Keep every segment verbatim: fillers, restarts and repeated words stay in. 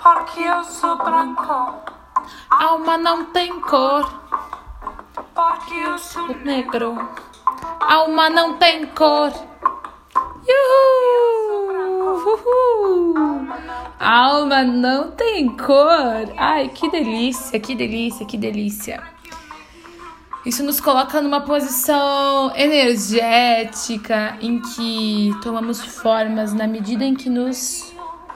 porque eu sou branco. Alma não tem cor, Porque eu sou negro. Alma não tem cor. Uhul! Uhul! Alma não tem cor. Ai, que delícia, que delícia, que delícia. Isso nos coloca numa posição energética em que tomamos formas na medida em que nos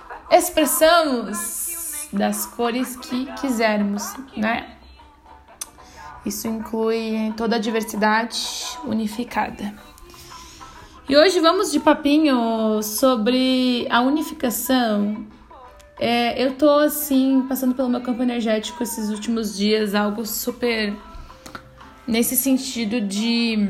expressamos das cores que quisermos, né? Isso inclui toda a diversidade unificada. E hoje vamos de papinho sobre a unificação. É, eu tô, assim, passando pelo meu campo energético esses últimos dias, algo super nesse sentido de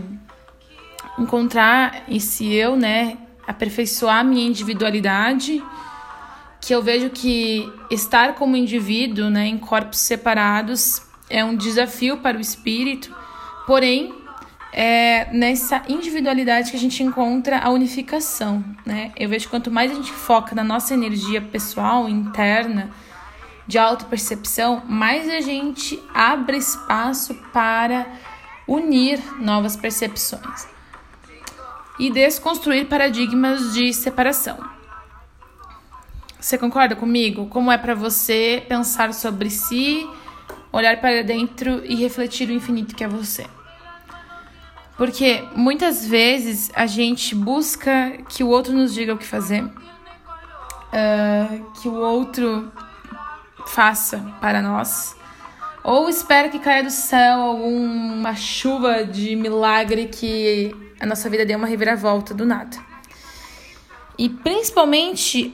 encontrar esse eu, né? Aperfeiçoar a minha individualidade, que eu vejo que estar como indivíduo, né, em corpos separados é um desafio para o espírito, porém, é nessa individualidade que a gente encontra a unificação, né? Eu vejo que quanto mais a gente foca na nossa energia pessoal, interna, de autopercepção, mais a gente abre espaço para unir novas percepções e desconstruir paradigmas de separação. Você concorda comigo? Como é para você pensar sobre si, olhar para dentro e refletir o infinito que é você? Porque muitas vezes a gente busca que o outro nos diga o que fazer, uh, que o outro faça para nós, ou espera que caia do céu alguma chuva de milagre que a nossa vida dê uma reviravolta do nada. E principalmente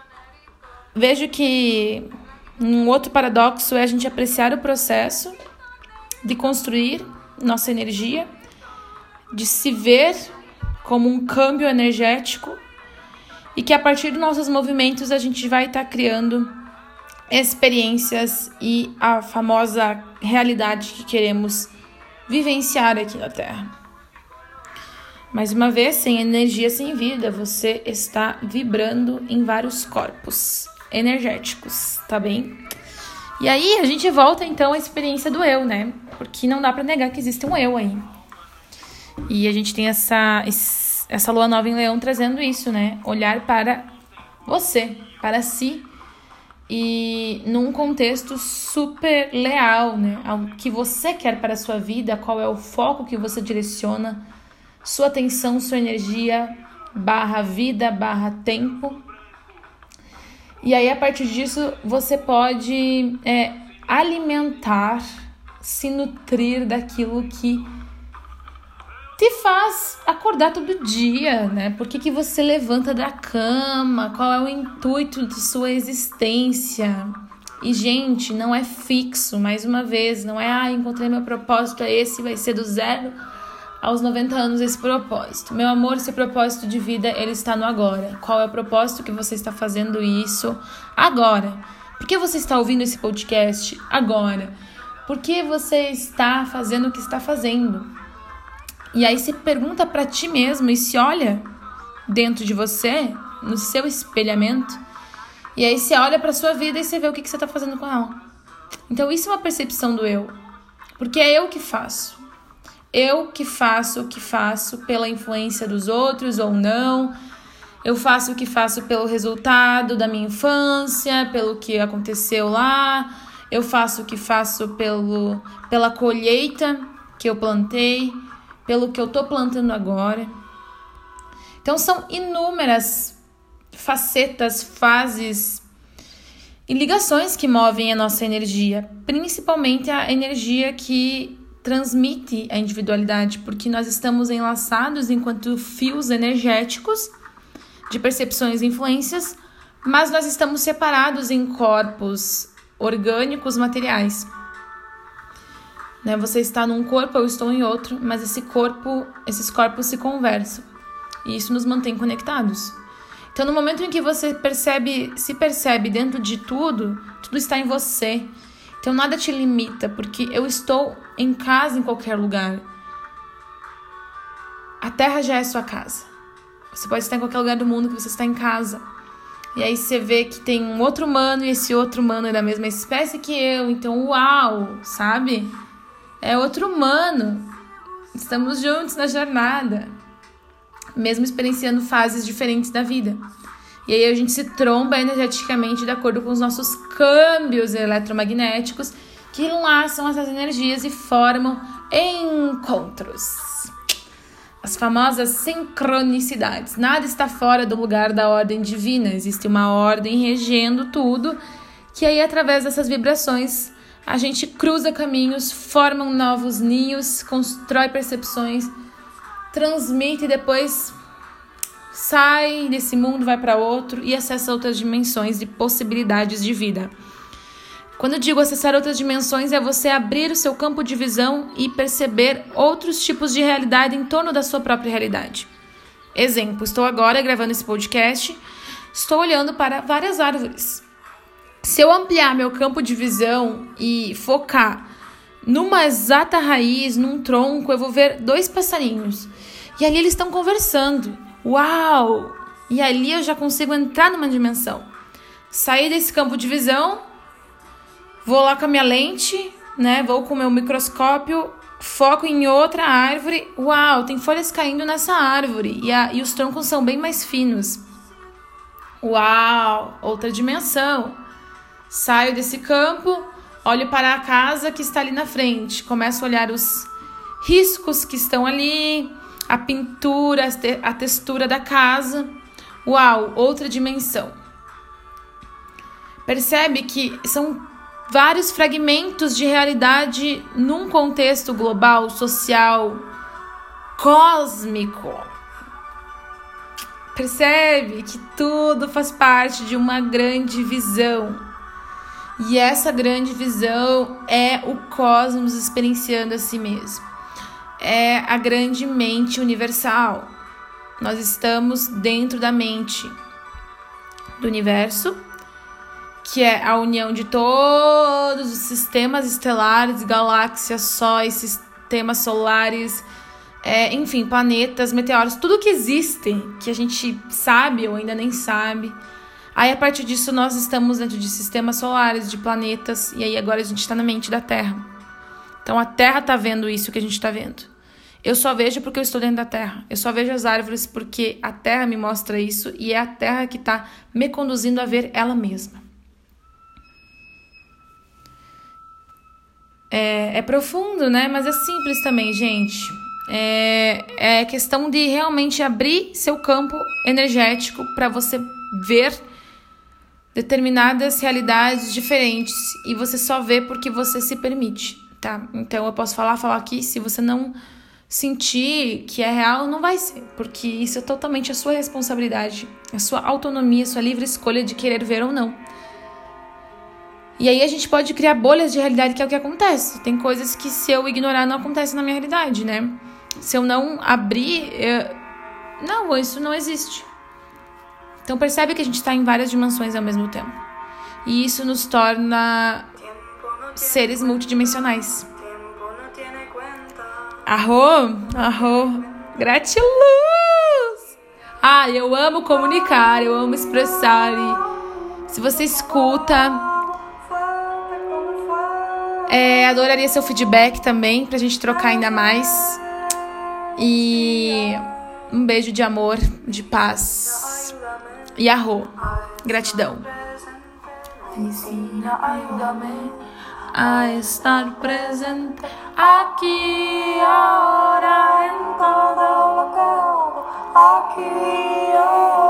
vejo que um outro paradoxo é a gente apreciar o processo de construir nossa energia, de se ver como um câmbio energético e que a partir dos nossos movimentos a gente vai estar criando experiências e a famosa realidade que queremos vivenciar aqui na Terra. Mais uma vez, sem energia, sem vida, você está vibrando em vários corpos energéticos, tá bem? E aí a gente volta então à experiência do eu, né? Porque não dá pra negar que existe um eu aí. E a gente tem essa, essa lua nova em Leão trazendo isso, né? Olhar para você, para si, e num contexto super leal, né? Ao que você quer para a sua vida, qual é o foco que você direciona, sua atenção, sua energia, barra vida, barra tempo. E aí, a partir disso, você pode é, alimentar, se nutrir daquilo que te faz acordar todo dia, né? Por que que você levanta da cama? Qual é o intuito de sua existência? E, gente, não é fixo, mais uma vez. Não é, ah, encontrei meu propósito, é esse, vai ser do zero aos noventa anos esse propósito. Meu amor, esse propósito de vida, ele está no agora. Qual é o propósito que você está fazendo isso agora? Por que você está ouvindo esse podcast agora? Por que você está fazendo o que está fazendo? E aí se pergunta pra ti mesmo e se olha dentro de você, no seu espelhamento, e aí você olha pra sua vida e você vê o que, que você tá fazendo com ela. Então isso é uma percepção do eu, porque é eu que faço. Eu que faço o que faço pela influência dos outros ou não. Eu faço o que faço pelo resultado da minha infância, pelo que aconteceu lá. Eu faço o que faço pelo, pela colheita que eu plantei, pelo que eu tô plantando agora. Então são inúmeras facetas, fases e ligações que movem a nossa energia, principalmente a energia que transmite a individualidade, porque nós estamos enlaçados enquanto fios energéticos de percepções e influências, mas nós estamos separados em corpos orgânicos materiais. Né? Você está num corpo, eu estou em outro, mas esse corpo, esses corpos se conversam e isso nos mantém conectados. Então, no momento em que você percebe, se percebe dentro de tudo, tudo está em você. Então, nada te limita, porque eu estou em casa em qualquer lugar. A Terra já é sua casa. Você pode estar em qualquer lugar do mundo que você está em casa. E aí você vê que tem um outro humano e esse outro humano é da mesma espécie que eu. Então, uau, sabe? É outro humano. Estamos juntos na jornada. Mesmo experienciando fases diferentes da vida. E aí a gente se tromba energeticamente de acordo com os nossos câmbios eletromagnéticos que enlaçam essas energias e formam encontros. As famosas sincronicidades. Nada está fora do lugar da ordem divina. Existe uma ordem regendo tudo, que aí através dessas vibrações a gente cruza caminhos, forma novos ninhos, constrói percepções, transmite e depois sai desse mundo, vai para outro e acessa outras dimensões e possibilidades de vida. Quando eu digo acessar outras dimensões, é você abrir o seu campo de visão e perceber outros tipos de realidade em torno da sua própria realidade. Exemplo, estou agora gravando esse podcast, estou olhando para várias árvores. Se eu ampliar meu campo de visão e focar numa exata raiz, num tronco, eu vou ver dois passarinhos. E ali eles estão conversando. Uau! E ali eu já consigo entrar numa dimensão. Sair desse campo de visão, vou lá com a minha lente, né? Vou com o meu microscópio, foco em outra árvore. Uau, tem folhas caindo nessa árvore. E, a, e os troncos são bem mais finos. Uau, outra dimensão. Saio desse campo, olho para a casa que está ali na frente. Começo a olhar os riscos que estão ali, a pintura, a textura da casa. Uau, outra dimensão. Percebe que são vários fragmentos de realidade num contexto global, social, cósmico. Percebe que tudo faz parte de uma grande visão. E essa grande visão é o cosmos experienciando a si mesmo. É a grande mente universal. Nós estamos dentro da mente do universo, que é a união de todos os sistemas estelares, galáxias, sóis, sistemas solares, é, enfim, planetas, meteoros, tudo que existe, que a gente sabe ou ainda nem sabe. Aí, a partir disso, nós estamos dentro de sistemas solares, de planetas, e aí agora a gente está na mente da Terra. Então, a Terra está vendo isso que a gente está vendo. Eu só vejo porque eu estou dentro da Terra. Eu só vejo as árvores porque a Terra me mostra isso, e é a Terra que está me conduzindo a ver ela mesma. É, é profundo, né? Mas é simples também, gente. É, é questão de realmente abrir seu campo energético para você ver determinadas realidades diferentes, e você só vê porque você se permite, tá? Então eu posso falar, falar aqui, se você não sentir que é real, não vai ser, porque isso é totalmente a sua responsabilidade, a sua autonomia, a sua livre escolha de querer ver ou não. E aí a gente pode criar bolhas de realidade, que é o que acontece. Tem coisas que, se eu ignorar, não acontecem na minha realidade, né? Se eu não abrir, eu... não, isso não existe. Então percebe que a gente está em várias dimensões ao mesmo tempo. E isso nos torna seres multidimensionais. Arro, arro, gratiluz! Ah, eu amo comunicar, eu amo expressar. E se você escuta, é, adoraria seu feedback também, pra gente trocar ainda mais. E um beijo de amor, de paz. E arro, gratidão. Ensina, ajuda-me a estar presente aqui, agora, em todo local, aqui, agora.